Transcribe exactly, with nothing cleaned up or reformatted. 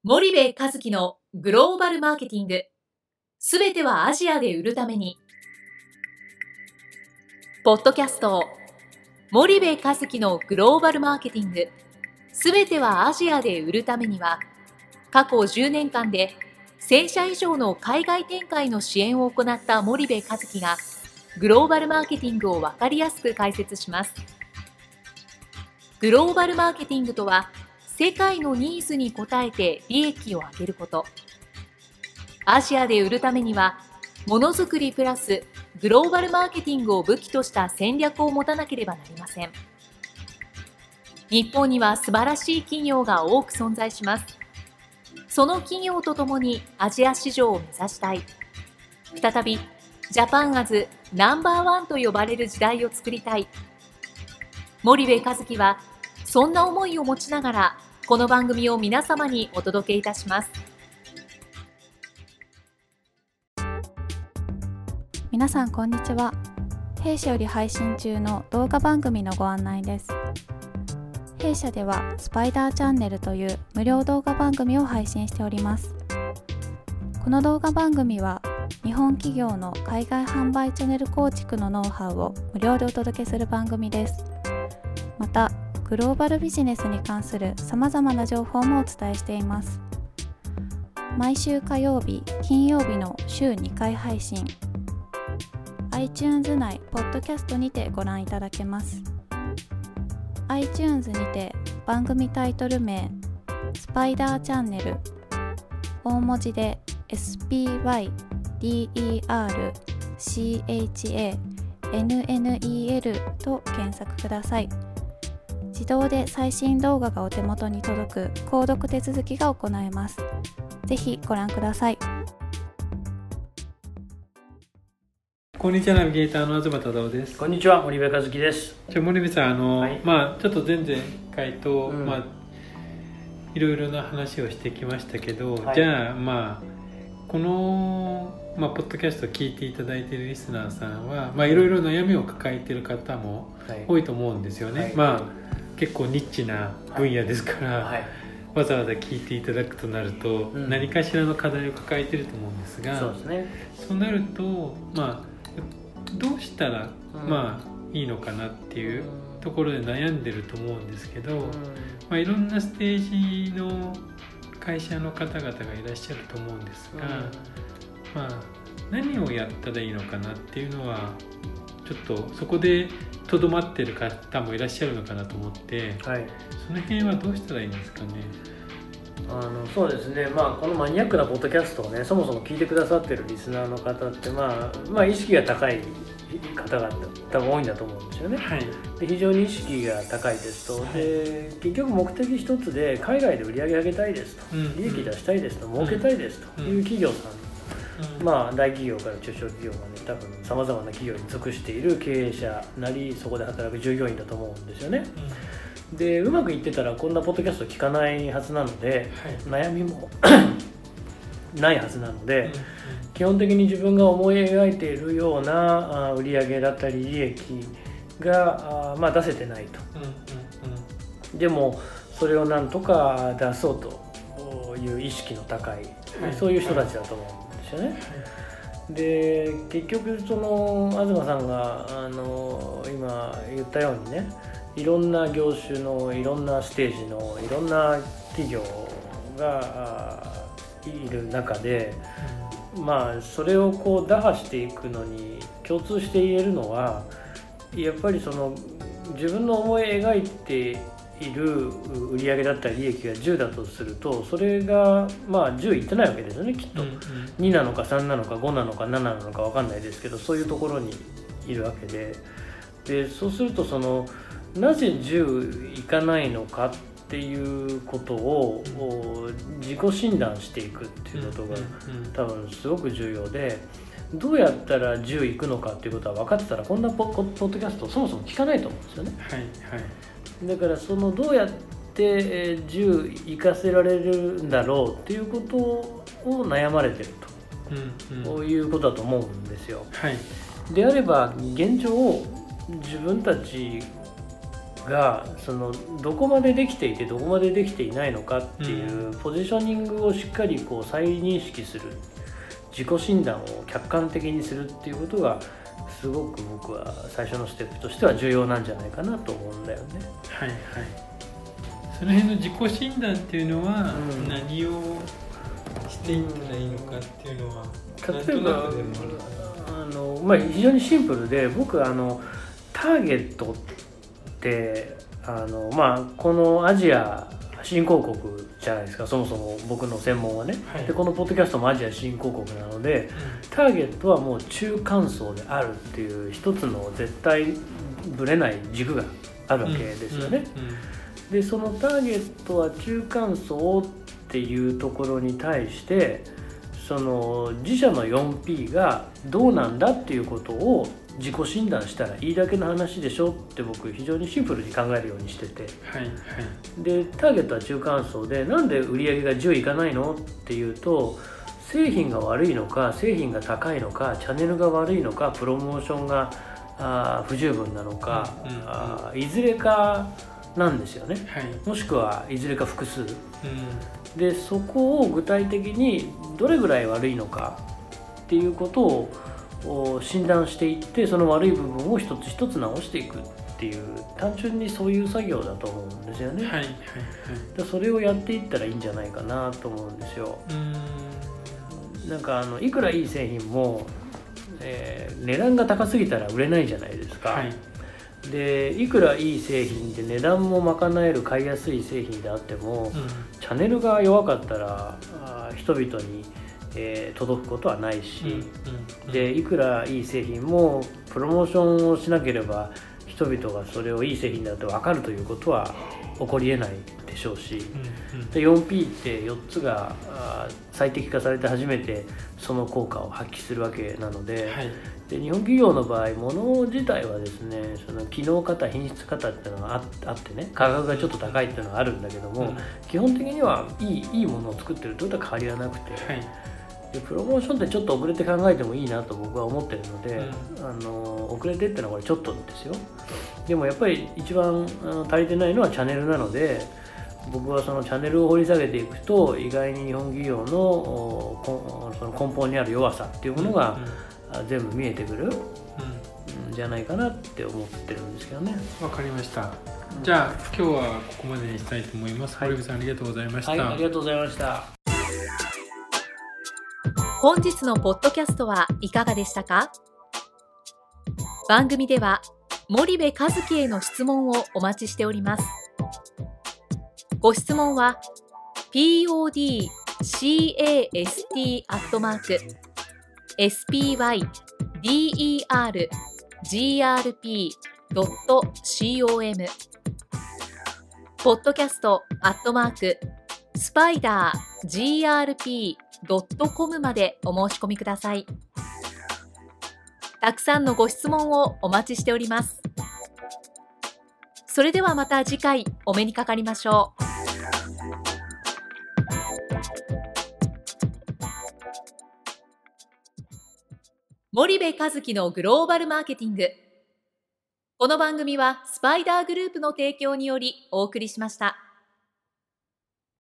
森部一樹のグローバルマーケティング、すべてはアジアで売るために。ポッドキャスト森部一樹のグローバルマーケティング、すべてはアジアで売るためには、過去じゅうねんかんでせんしゃ以上の海外展開の支援を行った森部一樹がグローバルマーケティングを分かりやすく解説します。グローバルマーケティングとは、世界のニーズに応えて利益を上げること。アジアで売るためには、ものづくりプラスグローバルマーケティングを武器とした戦略を持たなければなりません。日本には素晴らしい企業が多く存在します。その企業とともにアジア市場を目指したい。再び、ジャパンアズナンバーワンと呼ばれる時代を作りたい。森部一樹は、そんな思いを持ちながら、この番組を皆様にお届けいたします。 皆さんこんにちは。弊社より配信中の動画番組のご案内です。弊社ではスパイダーチャンネルという無料動画番組を配信しております。この動画番組は日本企業の海外販売チャンネル構築のノウハウを無料でお届けする番組です。またグローバルビジネスに関するさまざまな情報もお伝えしています。毎週火曜日、金曜日の週にかい配信。iTunes 内、ポッドキャストにてご覧いただけます。iTunes にて番組タイトル名、スパイダーチャンネル、大文字で エスピーワイディーイーアールシーエイチエーエヌエヌイーエル と検索ください。自動で最新動画がお手元に届く購読手続きが行えます。ぜひご覧ください。 こんにちは、ナビゲーターの東忠夫です。 こんにちは、森部一樹です。 じゃあ森部さん、あの、 はい、 まあちょっと前々回と、 うん、 まあいろいろな話をしてきましたけど、 はい、 じゃあまあこのまあポッドキャストを聞いていただいているリスナーさんは、まあいろいろ悩みを抱えている方も多いと思うんですよね。はい、まあ結構ニッチな分野ですから、はいはい、わざわざ聞いていただくとなると、うん、何かしらの課題を抱えていると思うんですが、 そうですね、 そうなるとまあどうしたら、うん、まあいいのかなっていうところで悩んでると思うんですけど、うん、まあ、いろんなステージの会社の方々がいらっしゃると思うんですが、うん、まあ何をやったらいいのかなっていうのはちょっとそこでとどまっている方もいらっしゃるのかなと思って、はい、その辺はどうしたらいいんですかね。 あのそうですね、まあ、このマニアックなポッドキャストをね、そもそも聞いてくださっているリスナーの方って、まあまあ、意識が高い方が多分多いんだと思うんですよね。はい、で非常に意識が高いですと、はい、で結局目的一つで海外で売り上げ上げたいですと、うん、利益出したいですと、儲けたいですという企業さん、うん、まあ、大企業から中小企業がね、多分さまざまな企業に属している経営者なり、そこで働く従業員だと思うんですよね。うん、でうまくいってたらこんなポッドキャスト聞かないはずなので、はい、悩みもないはずなので、うんうん、基本的に自分が思い描いているような売上だったり利益が、まあ、出せてないと、うんうんうん、でもそれをなんとか出そうという意識の高い、はい、そういう人たちだと思うんですよね。はい、で結局その東さんがあの今言ったようにね、いろんな業種のいろんなステージのいろんな企業がいる中で、うん、まあそれをこう打破していくのに共通して言えるのは、やっぱりその自分の思い描いている売上だったり利益がじゅうだとすると、それがまあじゅういってないわけですよね、きっと。うんうん、になのかさんなのかごなのかなななのか分かんないですけど、そういうところにいるわけで、でそうするとそのなぜじゅういかないのかっていうことを自己診断していくっていうことが多分すごく重要で、どうやったらじゅういくのかっていうことは分かってたら、こんなポッドキャストをそもそも聞かないと思うんですよね。はいはい、だからそのどうやってじゅういかせられるんだろうっていうことを悩まれてると、うんうん、こういうことだと思うんですよ。はい、であれば現状自分たちがそのどこまでできていてどこまでできていないのかっていうポジショニングをしっかりこう再認識する、自己診断を客観的にするっていうことがすごく僕は最初のステップとしては重要なんじゃないかなと思うんだよね。 はいはい。その辺の自己診断っていうのは何をしていったらいいのかっていうのは、 うん、例えばあの、まあ、非常にシンプルで、僕あのターゲットってあの、まあ、このアジア新興国じゃないですか、そもそも僕の専門はね、はい、でこのポッドキャストもアジア新興国なので、うん、ターゲットはもう中間層であるっていう一つの絶対ぶれない軸があるわけですよね、うんうんうん、でそのターゲットは中間層っていうところに対してその自社の よんピー がどうなんだっていうことを自己診断したらいいだけの話でしょって僕非常にシンプルに考えるようにしてて、 はいはい、 でターゲットは中間層で、なんで売り上げがじゅういかないのっていうと、製品が悪いのか製品が高いのかチャンネルが悪いのかプロモーションがあ不十分なのか、うんうんうん、あいずれかなんですよね、はい、もしくはいずれか複数、うん、でそこを具体的にどれぐらい悪いのかっていうことを診断していって、その悪い部分を一つ一つ直していくっていう、単純にそういう作業だと思うんですよね、はいはいはい、それをやっていったらいいんじゃないかなと思うんですよ。うーん、なんかあのいくらいい製品も、えー、値段が高すぎたら売れないじゃないですか、はい、でいくらいい製品で値段も賄える買いやすい製品であっても、うん、チャンネルが弱かったらあ人々にえー、届くことはないし、うんうんうん、でいくらいい製品もプロモーションをしなければ人々がそれをいい製品だと分かるということは起こりえないでしょうし、うんうん、で よんピー ってよっつが最適化されて初めてその効果を発揮するわけなので、はい、で日本企業の場合物自体はですね、その機能型品質型っていうのが あ, あってね、価格がちょっと高いっていうのがあるんだけども、うん、基本的にはいい、いいものを作ってるってことは変わりはなくて、はい、でプロモーションってちょっと遅れて考えてもいいなと僕は思ってるので、うん、あの遅れてってのはこれちょっとですよ。でもやっぱり一番あの足りてないのはチャンネルなので、僕はそのチャンネルを掘り下げていくと意外に日本企業 の, その根本にある弱さっていうものが、うん、全部見えてくる、うん、じゃないかなって思ってるんですけどね。 わかりました。じゃあ今日はここまでにしたいと思います。堀口さん、ありがとうございました。 はい、ありがとうございました。 本日のポッドキャストはいかがでしたか？番組では森部一樹への質問をお待ちしております。ご質問は ピーオーディーキャスト アットマーク エスピーワイディーイーアールジーアールピードットコム ポッドキャストアットマークスパイダー ジーアールピードットコム までお申し込みください。たくさんのご質問をお待ちしております。それではまた次回お目にかかりましょう。森部一樹のグローバルマーケティング。この番組はスパイダーグループの提供によりお送りしました。